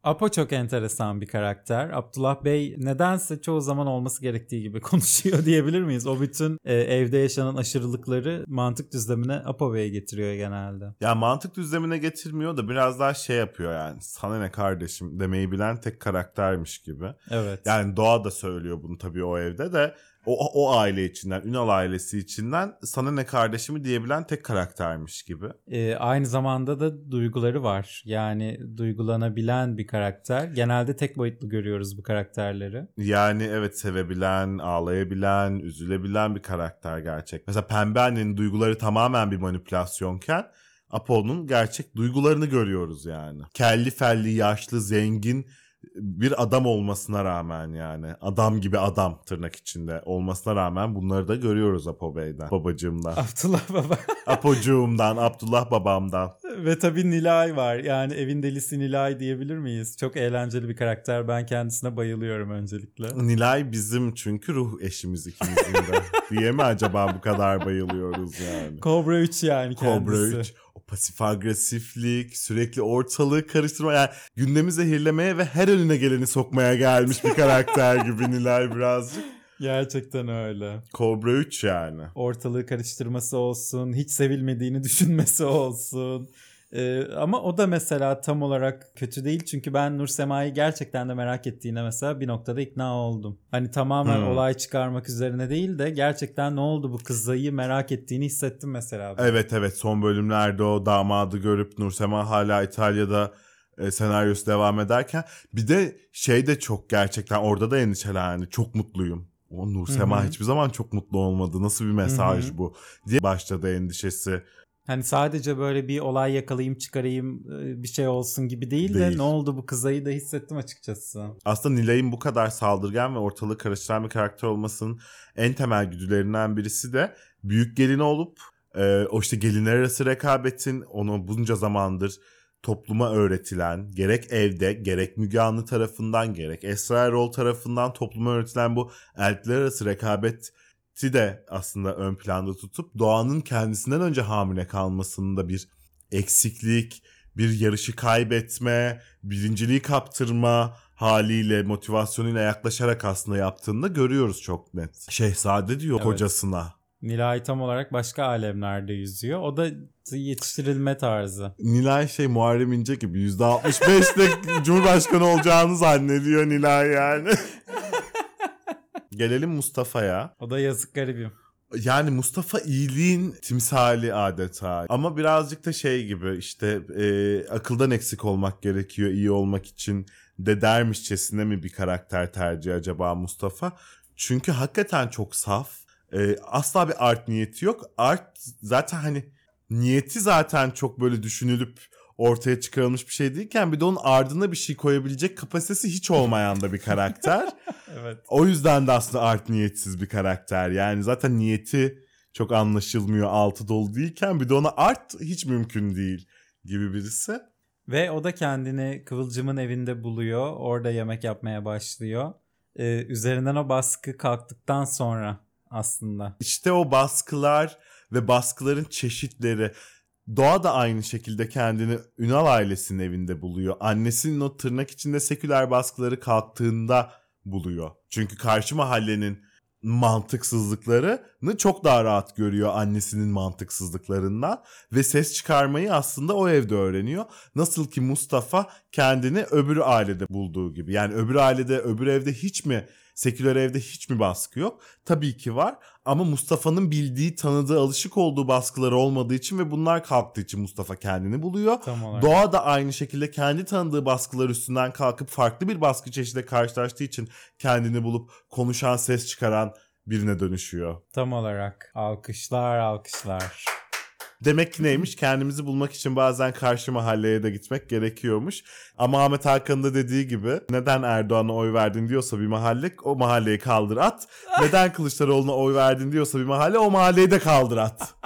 Apo çok enteresan bir karakter. Abdullah Bey nedense çoğu zaman olması gerektiği gibi konuşuyor diyebilir miyiz? O bütün e, evde yaşanan aşırılıkları mantık düzlemine Apo Bey getiriyor genelde. Ya mantık düzlemine getirmiyor da biraz daha şey yapıyor yani. Sana ne kardeşim demeyi bilen tek karaktermiş gibi. Evet. Yani Doğa da söylüyor bunu tabii o evde de. O, o aile içinden, Ünal ailesi içinden sana ne kardeşimi diyebilen tek karaktermiş gibi. Ee, aynı zamanda da duyguları var. Yani duygulanabilen bir karakter. Genelde tek boyutlu görüyoruz bu karakterleri. Yani evet, sevebilen, ağlayabilen, üzülebilen bir karakter gerçek. Mesela Pembe Annenin duyguları tamamen bir manipülasyonken Apo'nun gerçek duygularını görüyoruz yani. Kelli felli, yaşlı, zengin bir adam olmasına rağmen, yani adam gibi adam tırnak içinde olmasına rağmen bunları da görüyoruz Apo Bey'den, babacığımdan. Abdullah Baba. Apocuğumdan, Abdullah babamdan. Ve tabii Nilay var. Yani evin delisi Nilay diyebilir miyiz? Çok eğlenceli bir karakter. Ben kendisine bayılıyorum öncelikle. Nilay bizim çünkü ruh eşimiz ikimizin de. Diye mi acaba bu kadar bayılıyoruz yani? Kobra üç yani kendisi. Kobra üç. O pasif agresiflik, sürekli ortalığı karıştırma, yani gündemi zehirlemeye ve her önüne geleni sokmaya gelmiş bir karakter gibi Nilay birazcık. Gerçekten öyle. Kobra üç yani. Ortalığı karıştırması olsun, hiç sevilmediğini düşünmesi olsun. Ee, ama o da mesela tam olarak kötü değil. Çünkü ben Nursema'yı gerçekten de merak ettiğine mesela bir noktada ikna oldum. Hani tamamen hmm. olay çıkarmak üzerine değil de gerçekten ne oldu bu kızayı merak ettiğini hissettim mesela. Ben. Evet evet, son bölümlerde o damadı görüp Nursema hala İtalya'da e, senaryosu devam ederken bir de şey de çok gerçekten orada da endişelendi. Çok mutluyum. O Nursema Hı-hı. hiçbir zaman çok mutlu olmadı. Nasıl bir mesaj Hı-hı. bu diye başladı endişesi. Hani sadece böyle bir olay yakalayayım çıkarayım bir şey olsun gibi değil, değil de ne oldu bu kızayı da hissettim açıkçası. Aslında Nilay'ın bu kadar saldırgan ve ortalığı karıştıran bir karakter olmasının en temel güdülerinden birisi de büyük gelini olup e, o işte gelinler arası rekabetin onu bunca zamandır topluma öğretilen, gerek evde gerek Müge Anlı tarafından gerek Esra Erol tarafından topluma öğretilen bu eltiler arası rekabet de aslında ön planda tutup Doğan'ın kendisinden önce hamile kalmasında bir eksiklik, bir yarışı kaybetme, birinciliği kaptırma haliyle, motivasyonuyla yaklaşarak aslında yaptığını da görüyoruz çok net. Şehzade diyor evet. kocasına. Nilay tam olarak başka alemlerde yüzüyor. O da yetiştirilme tarzı. Nilay şey Muharrem İnce gibi yüzde altmış beşte Cumhurbaşkanı olacağını zannediyor Nilay yani. Gelelim Mustafa'ya. O da yazık garibim. Yani Mustafa iyiliğin timsali adeta. Ama birazcık da şey gibi işte e, akıldan eksik olmak gerekiyor iyi olmak için de dermişçesine mi bir karakter tercihi acaba Mustafa? Çünkü hakikaten çok saf. E, asla bir art niyeti yok. Art zaten hani niyeti zaten çok böyle düşünülüp ortaya çıkarılmış bir şey değilken bir de onun ardına bir şey koyabilecek kapasitesi hiç olmayan da bir karakter. Evet. O yüzden de aslında art niyetsiz bir karakter. Yani zaten niyeti çok anlaşılmıyor, altı dolu değilken bir de ona art hiç mümkün değil gibi birisi. Ve o da kendini Kıvılcım'ın evinde buluyor. Orada yemek yapmaya başlıyor. Ee, üzerinden o baskı kalktıktan sonra aslında. İşte o baskılar ve baskıların çeşitleri. Doğa da aynı şekilde kendini Ünal ailesinin evinde buluyor. Annesinin o tırnak içinde seküler baskıları kalktığında buluyor. Çünkü karşı mahallenin mantıksızlıklarını çok daha rahat görüyor annesinin mantıksızlıklarından ve ses çıkarmayı aslında o evde öğreniyor. Nasıl ki Mustafa kendini öbür ailede bulduğu gibi. Yani öbür ailede, öbür evde hiç mi, seküler evde hiç mi baskı yok? Tabii ki var ama Mustafa'nın bildiği, tanıdığı, alışık olduğu baskıları olmadığı için ve bunlar kalktığı için Mustafa kendini buluyor. Doğa da aynı şekilde kendi tanıdığı baskılar üstünden kalkıp farklı bir baskı çeşidiyle karşılaştığı için kendini bulup konuşan, ses çıkaran birine dönüşüyor. Tam olarak. Alkışlar, alkışlar. Demek ki neymiş? Kendimizi bulmak için bazen karşı mahalleye de gitmek gerekiyormuş. Ama Ahmet Hakan'ın da dediği gibi neden Erdoğan'a oy verdin diyorsa bir mahalle o mahalleyi kaldır at. Neden Kılıçdaroğlu'na oy verdin diyorsa bir mahalle o mahalleyi de kaldır at.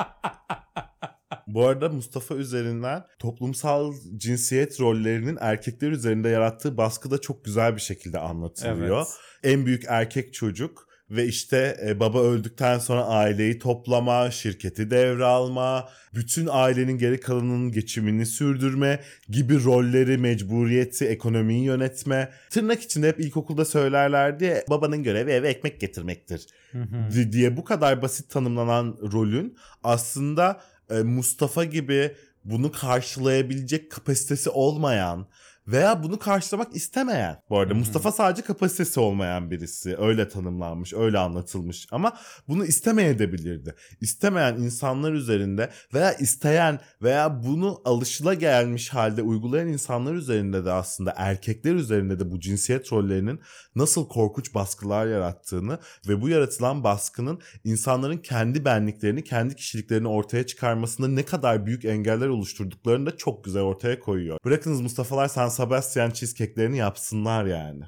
Bu arada Mustafa üzerinden toplumsal cinsiyet rollerinin erkekler üzerinde yarattığı baskı da çok güzel bir şekilde anlatılıyor. Evet. En büyük erkek çocuk ve işte e, baba öldükten sonra aileyi toplama, şirketi devralma, bütün ailenin geri kalanının geçimini sürdürme gibi rolleri, mecburiyeti, ekonomiyi yönetme. Tırnak içinde hep ilkokulda söylerlerdi ya, babanın görevi eve ekmek getirmektir diye bu kadar basit tanımlanan rolün aslında e, Mustafa gibi bunu karşılayabilecek kapasitesi olmayan veya bunu karşılamak istemeyen. Bu arada Mustafa sadece kapasitesi olmayan birisi. Öyle tanımlanmış, öyle anlatılmış. Ama bunu istemeyebilirdi. İstemeyen insanlar üzerinde veya isteyen veya bunu alışılagelmiş halde uygulayan insanlar üzerinde de aslında erkekler üzerinde de bu cinsiyet rollerinin nasıl korkunç baskılar yarattığını ve bu yaratılan baskının insanların kendi benliklerini, kendi kişiliklerini ortaya çıkarmasında ne kadar büyük engeller oluşturduklarını da çok güzel ortaya koyuyor. Bırakınız Mustafa'lar San Sebastian cheesecake'lerini yapsınlar yani.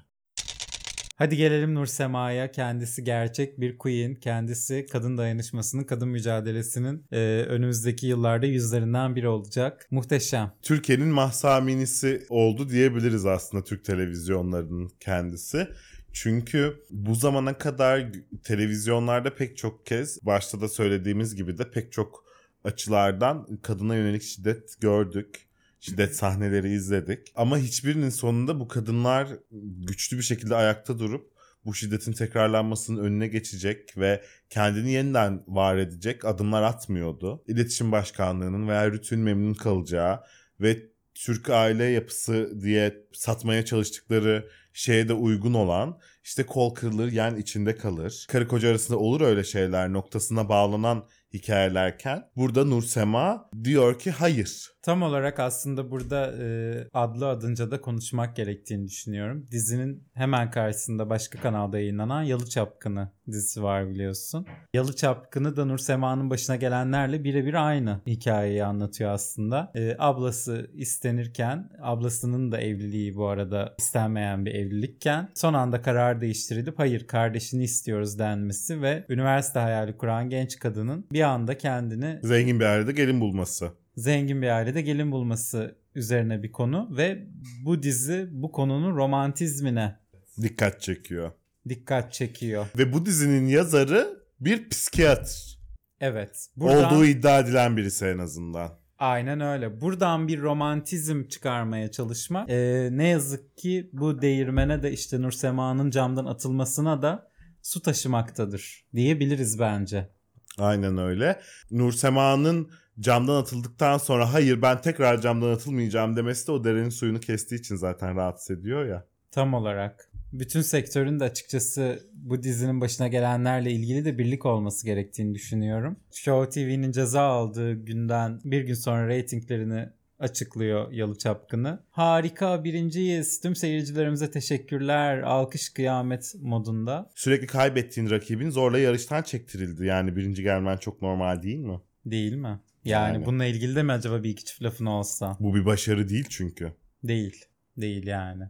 Hadi gelelim Nursema'ya. Kendisi gerçek bir queen. Kendisi kadın dayanışmasının, kadın mücadelesinin e, önümüzdeki yıllarda yüzlerinden biri olacak. Muhteşem. Türkiye'nin Mahsa Amini'si oldu diyebiliriz aslında Türk televizyonlarının kendisi. Çünkü bu zamana kadar televizyonlarda pek çok kez, başta da söylediğimiz gibi de pek çok açılardan kadına yönelik şiddet gördük. Şiddet sahneleri izledik. Ama hiçbirinin sonunda bu kadınlar güçlü bir şekilde ayakta durup bu şiddetin tekrarlanmasının önüne geçecek ve kendini yeniden var edecek adımlar atmıyordu. İletişim Başkanlığı'nın veya RTÜK'ün memnun kalacağı ve Türk aile yapısı diye satmaya çalıştıkları şeye de uygun olan, işte kol kırılır yen içinde kalır, karı koca arasında olur öyle şeyler noktasına bağlanan hikayelerken burada Nursema diyor ki hayır. Tam olarak aslında burada e, adlı adınca da konuşmak gerektiğini düşünüyorum. Dizinin hemen karşısında başka kanalda yayınlanan Yalı Çapkını dizisi var biliyorsun. Yalı Çapkını da Nursema'nın başına gelenlerle birebir aynı hikayeyi anlatıyor aslında. E, ablası istenirken, ablasının da evliliği bu arada istenmeyen bir evlilikken son anda karar değiştirilip hayır kardeşini istiyoruz denmesi ve üniversite hayali kuran genç kadının bir anda kendini zengin bir ailede gelin bulması. Zengin bir ailede gelin bulması üzerine bir konu ve bu dizi bu konunun romantizmine dikkat çekiyor. Dikkat çekiyor. Ve bu dizinin yazarı bir psikiyatr. Evet. Buradan, olduğu iddia edilen birisi en azından. Aynen öyle. Buradan bir romantizm çıkarmaya çalışma. Ee, ne yazık ki bu değirmene de işte Nursema'nın camdan atılmasına da su taşımaktadır diyebiliriz bence. Aynen öyle. Nursema'nın camdan atıldıktan sonra hayır ben tekrar camdan atılmayacağım demesi de o derenin suyunu kestiği için zaten rahatsız ediyor ya. Tam olarak. Bütün sektörün de açıkçası bu dizinin başına gelenlerle ilgili de birlik olması gerektiğini düşünüyorum. Show T V'nin ceza aldığı günden bir gün sonra reytinglerini açıklıyor Yalı Çapkını. Harika, birinciyiz. Tüm seyircilerimize teşekkürler. Alkış kıyamet modunda. Sürekli kaybettiğin rakibin zorla yarıştan çektirildi. Yani birinci gelmen çok normal değil mi? Değil mi? Yani, yani bununla ilgili de mi acaba bir iki çift lafın olsa? Bu bir başarı değil çünkü. Değil. Değil yani.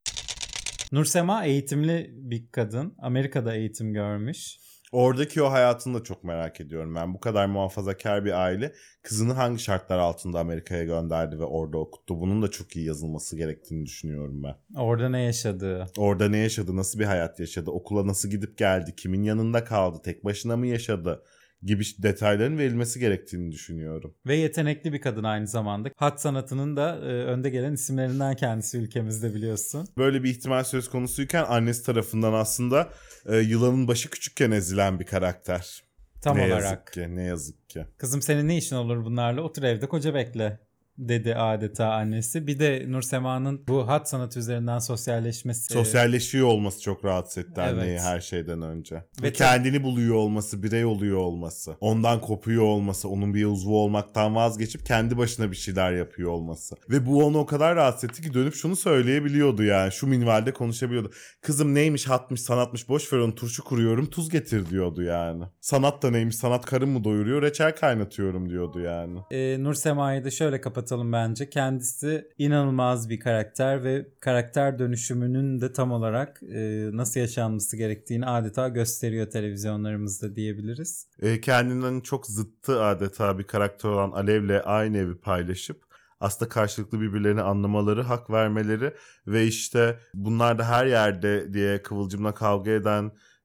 Nursema eğitimli bir kadın. Amerika'da eğitim görmüş. Oradaki o hayatını da çok merak ediyorum ben. Bu kadar muhafazakar bir aile kızını hangi şartlar altında Amerika'ya gönderdi ve orada okuttu? Bunun da çok iyi yazılması gerektiğini düşünüyorum ben. Orada ne yaşadığı? Orada ne yaşadı? Nasıl bir hayat yaşadı? Okula nasıl gidip geldi? Kimin yanında kaldı? Tek başına mı yaşadı? Gibi detayların verilmesi gerektiğini düşünüyorum. Ve yetenekli bir kadın aynı zamanda. Hat sanatının da e, önde gelen isimlerinden kendisi ülkemizde biliyorsun. Böyle bir ihtimal söz konusuyken annesi tarafından aslında e, yılanın başı küçükken ezilen bir karakter. Tam ne olarak. Yazık ki, ne yazık ki. Kızım senin ne işin olur bunlarla? Otur evde koca bekle dedi adeta annesi. Bir de Nursema'nın bu hat sanatı üzerinden sosyalleşmesi. Sosyalleşiyor olması çok rahatsız etti Evet. anneyi her şeyden önce. Ve, Ve kendini buluyor olması, birey oluyor olması. Ondan kopuyor olması, onun bir uzvu olmaktan vazgeçip kendi başına bir şeyler yapıyor olması. Ve bu onu o kadar rahatsız etti ki dönüp şunu söyleyebiliyordu yani. Şu minvalde konuşabiliyordu. Kızım neymiş, hatmış, sanatmış, boş ver onu, turşu kuruyorum, tuz getir diyordu yani. Sanat da neymiş, sanat karın mı doyuruyor, reçel kaynatıyorum diyordu yani. Ee, Nursema'yı da şöyle kapatalım bence. Kendisi inanılmaz bir karakter ve karakter dönüşümünün de tam olarak e, nasıl yaşanması gerektiğini adeta gösteriyor televizyonlarımızda diyebiliriz. E, kendinden çok zıttı adeta bir karakter olan Alev'le aynı evi paylaşıp aslında karşılıklı birbirlerini anlamaları, hak vermeleri ve işte bunlar da her yerde diye Kıvılcım'la kavga eden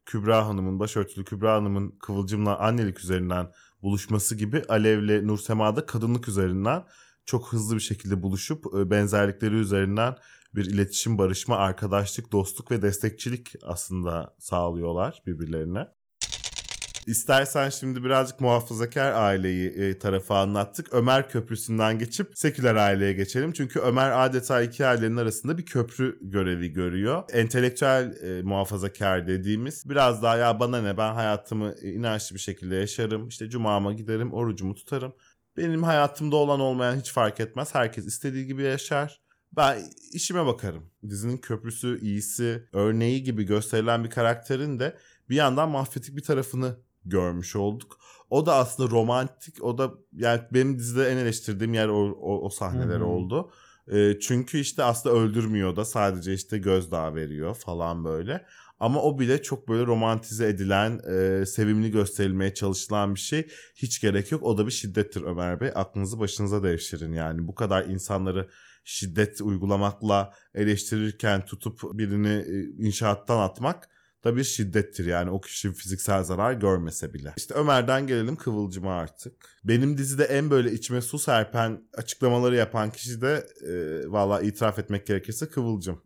Kübra Hanım'ın, başörtülü Kübra Hanım'ın Kıvılcım'la annelik üzerinden buluşması gibi Alev'le Nursema'da kadınlık üzerinden çok hızlı bir şekilde buluşup benzerlikleri üzerinden bir iletişim, barışma, arkadaşlık, dostluk ve destekçilik aslında sağlıyorlar birbirlerine. İstersen şimdi birazcık muhafazakar aileyi e, tarafa anlattık. Ömer Köprüsü'nden geçip seküler aileye geçelim. Çünkü Ömer adeta iki ailenin arasında bir köprü görevi görüyor. Entelektüel e, muhafazakar dediğimiz biraz daha ya bana ne, ben hayatımı inançlı bir şekilde yaşarım. İşte cumama giderim, orucumu tutarım. Benim hayatımda olan olmayan hiç fark etmez. Herkes istediği gibi yaşar. Ben işime bakarım. Dizinin köprüsü, iyisi, örneği gibi gösterilen bir karakterin de bir yandan mafyatik bir tarafını görmüş olduk. O da aslında romantik. O da yani benim dizide en eleştirdiğim yer o, o, o sahneler Hı-hı. oldu. E, çünkü işte aslında öldürmüyor da, sadece işte gözdağı veriyor falan böyle. Ama o bile çok böyle romantize edilen, e, sevimli gösterilmeye çalışılan bir şey. Hiç gerek yok. O da bir şiddettir Ömer Bey. Aklınızı başınıza devşirin yani. Bu kadar insanları şiddet uygulamakla eleştirirken tutup birini e, inşaattan atmak da bir şiddettir yani, o kişi fiziksel zarar görmese bile. İşte Ömer'den gelelim Kıvılcım'a artık. Benim dizide en böyle içime su serpen açıklamaları yapan kişi de e, valla itiraf etmek gerekirse Kıvılcım.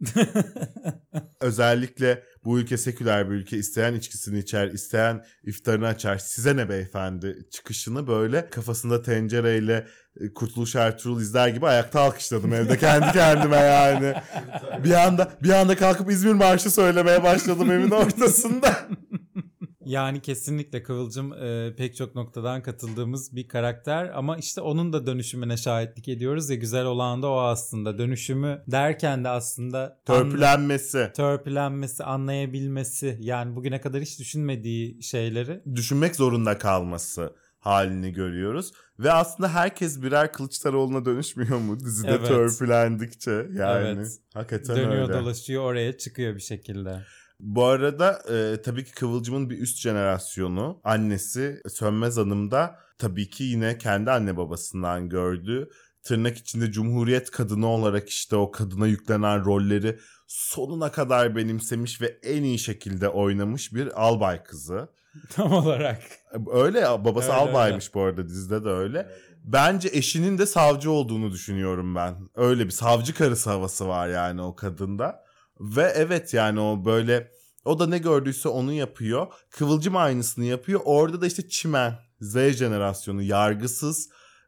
Özellikle bu ülke seküler bir ülke, isteyen içkisini içer, isteyen iftarını açar, size ne beyefendi çıkışını böyle kafasında tencereyle Kurtuluş Ertuğrul izler gibi ayakta alkışladım evde kendi kendime yani. Bir anda bir anda kalkıp İzmir Marşı söylemeye başladım evin ortasında. Yani kesinlikle Kıvılcım e, pek çok noktadan katıldığımız bir karakter ama işte onun da dönüşümüne şahitlik ediyoruz ya, güzel olan da o aslında. Dönüşümü derken de aslında törpülenmesi. Anla, törpülenmesi, anlayabilmesi, yani bugüne kadar hiç düşünmediği şeyleri düşünmek zorunda kalması halini görüyoruz. Ve aslında herkes birer Kılıçdaroğlu'na dönüşmüyor mu dizide evet. törpülendikçe? Yani evet. Hakikaten dönüyor, öyle. Dönüyor dolaşıyor, oraya çıkıyor bir şekilde. Bu arada e, tabii ki Kıvılcım'ın bir üst jenerasyonu annesi Sönmez Hanım da tabii ki yine kendi anne babasından gördüğü, tırnak içinde cumhuriyet kadını olarak işte o kadına yüklenen rolleri sonuna kadar benimsemiş ve en iyi şekilde oynamış bir albay kızı. Tam olarak. Öyle, babası öyle, albaymış öyle. Bu arada dizide de öyle. Bence eşinin de savcı olduğunu düşünüyorum ben. Öyle bir savcı karısı havası var yani o kadında. Ve evet yani o böyle, o da ne gördüyse onu yapıyor. Kıvılcım aynısını yapıyor. Orada da işte çimen, Z jenerasyonu, yargısız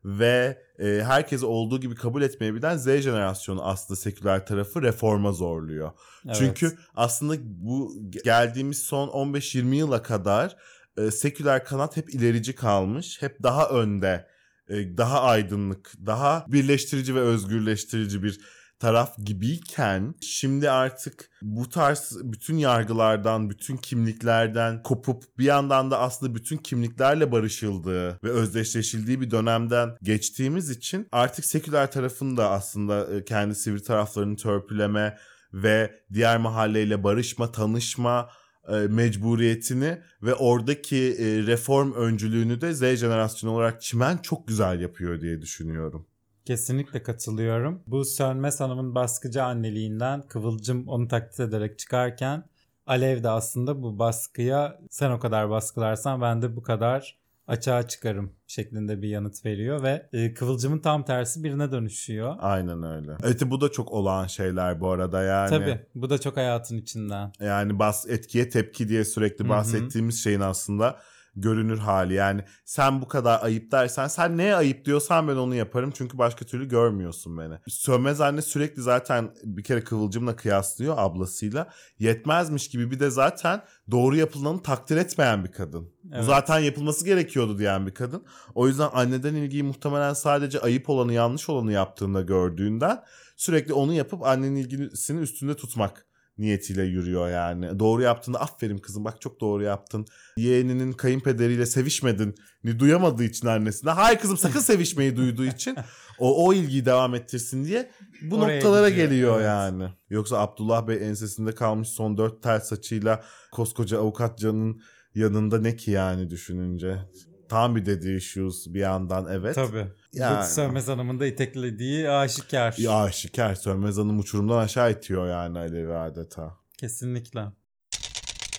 ve e, herkesi olduğu gibi kabul etmeyebilen Z jenerasyonu aslında seküler tarafı reforma zorluyor. Evet. Çünkü aslında bu geldiğimiz son on beş yirmi yıla kadar e, seküler kanat hep ilerici kalmış. Hep daha önde, e, daha aydınlık, daha birleştirici ve özgürleştirici bir taraf gibiyken şimdi artık bu tarz bütün yargılardan, bütün kimliklerden kopup bir yandan da aslında bütün kimliklerle barışıldığı ve özdeşleşildiği bir dönemden geçtiğimiz için artık seküler tarafın da aslında kendi sivri taraflarını törpüleme ve diğer mahalleyle barışma, tanışma mecburiyetini ve oradaki reform öncülüğünü de Z jenerasyonu olarak çimen çok güzel yapıyor diye düşünüyorum. Kesinlikle katılıyorum. Bu Sönmez Hanım'ın baskıcı anneliğinden Kıvılcım onu taklit ederek çıkarken Alev de aslında bu baskıya sen o kadar baskılarsan ben de bu kadar açığa çıkarım şeklinde bir yanıt veriyor ve e, Kıvılcım'ın tam tersi birine dönüşüyor. Aynen öyle. Evet, bu da çok olağan şeyler bu arada yani. Tabii, bu da çok hayatın içinden. Yani bas etkiye tepki diye sürekli bahsettiğimiz Hı-hı. şeyin aslında görünür hali. Yani sen bu kadar ayıp dersen, sen neye ayıp diyorsan ben onu yaparım çünkü başka türlü görmüyorsun beni. Sönmez anne sürekli zaten bir kere Kıvılcım'la kıyaslıyor ablasıyla. Yetmezmiş gibi bir de zaten doğru yapılanı takdir etmeyen bir kadın. Evet. Bu zaten yapılması gerekiyordu diyen bir kadın. O yüzden anneden ilgiyi muhtemelen sadece ayıp olanı, yanlış olanı yaptığında gördüğünden sürekli onu yapıp annenin ilgisini üstünde tutmak niyetiyle yürüyor yani. Doğru yaptığında aferin kızım bak çok doğru yaptın. Yeğeninin kayınpederiyle sevişmedin ni duyamadığı için annesine. Hayır kızım sakın sevişmeyi duyduğu için o, o ilgiyi devam ettirsin diye bu Oraya noktalara gidiyor, geliyor evet. yani. Yoksa Abdullah Bey ensesinde kalmış son dört tel saçıyla koskoca avukat Can'ın yanında ne ki yani düşününce. Tam bir daddy issues bir yandan evet. Tabii. Yani. Sönmez Hanım'ın da iteklediği aşikar. Ya aşikar. Sönmez Hanım uçurumdan aşağı itiyor yani Alev'i adeta. Kesinlikle.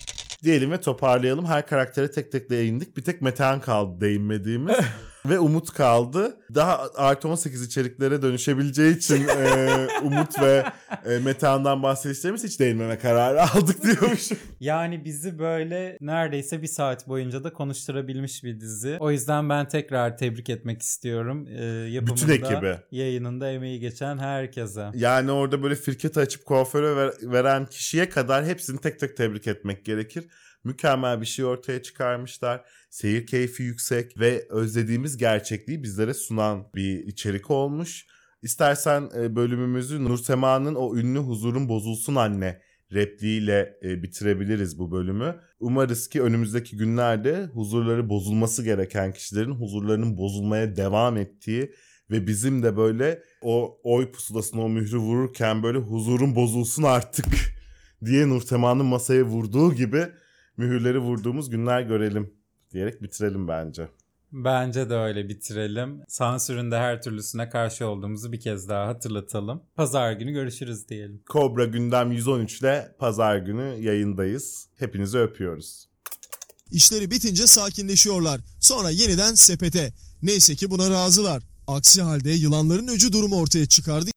diyelim ve toparlayalım. Her karaktere tek tek değindik. Bir tek Metehan kaldı değinmediğimiz. Ve Umut kaldı. Daha artı on sekiz içeriklere dönüşebileceği için e, Umut ve e, Metehan'dan bahsedişlerimiz hiç değinmeme kararı aldık diyormuşum. Yani bizi böyle neredeyse bir saat boyunca da konuşturabilmiş bir dizi. O yüzden ben tekrar tebrik etmek istiyorum. E, yapımında, bütün ekibi. Yayınında emeği geçen herkese. Yani orada böyle firket açıp kuaföre ver, veren kişiye kadar hepsini tek tek tebrik etmek gerekir. Mükemmel bir şey ortaya çıkarmışlar. Seyir keyfi yüksek ve özlediğimiz gerçekliği bizlere sunan bir içerik olmuş. İstersen bölümümüzü Nursema'nın o ünlü "Huzurun bozulsun anne" repliğiyle bitirebiliriz bu bölümü. Umarız ki önümüzdeki günlerde huzurları bozulması gereken kişilerin huzurlarının bozulmaya devam ettiği ve bizim de böyle o oy pusulasına o mührü vururken böyle "huzurun bozulsun artık" diye Nursema'nın masaya vurduğu gibi mühürleri vurduğumuz günler görelim diyerek bitirelim bence. Bence de öyle bitirelim. Sansürün de her türlüsüne karşı olduğumuzu bir kez daha hatırlatalım. Pazar günü görüşürüz diyelim. Kobra Gündem yüz on üç ile pazar günü yayındayız. Hepinizi öpüyoruz. İşleri bitince sakinleşiyorlar. Sonra yeniden sepete. Neyse ki buna razılar. Aksi halde yılanların öcü durumu ortaya çıkardı.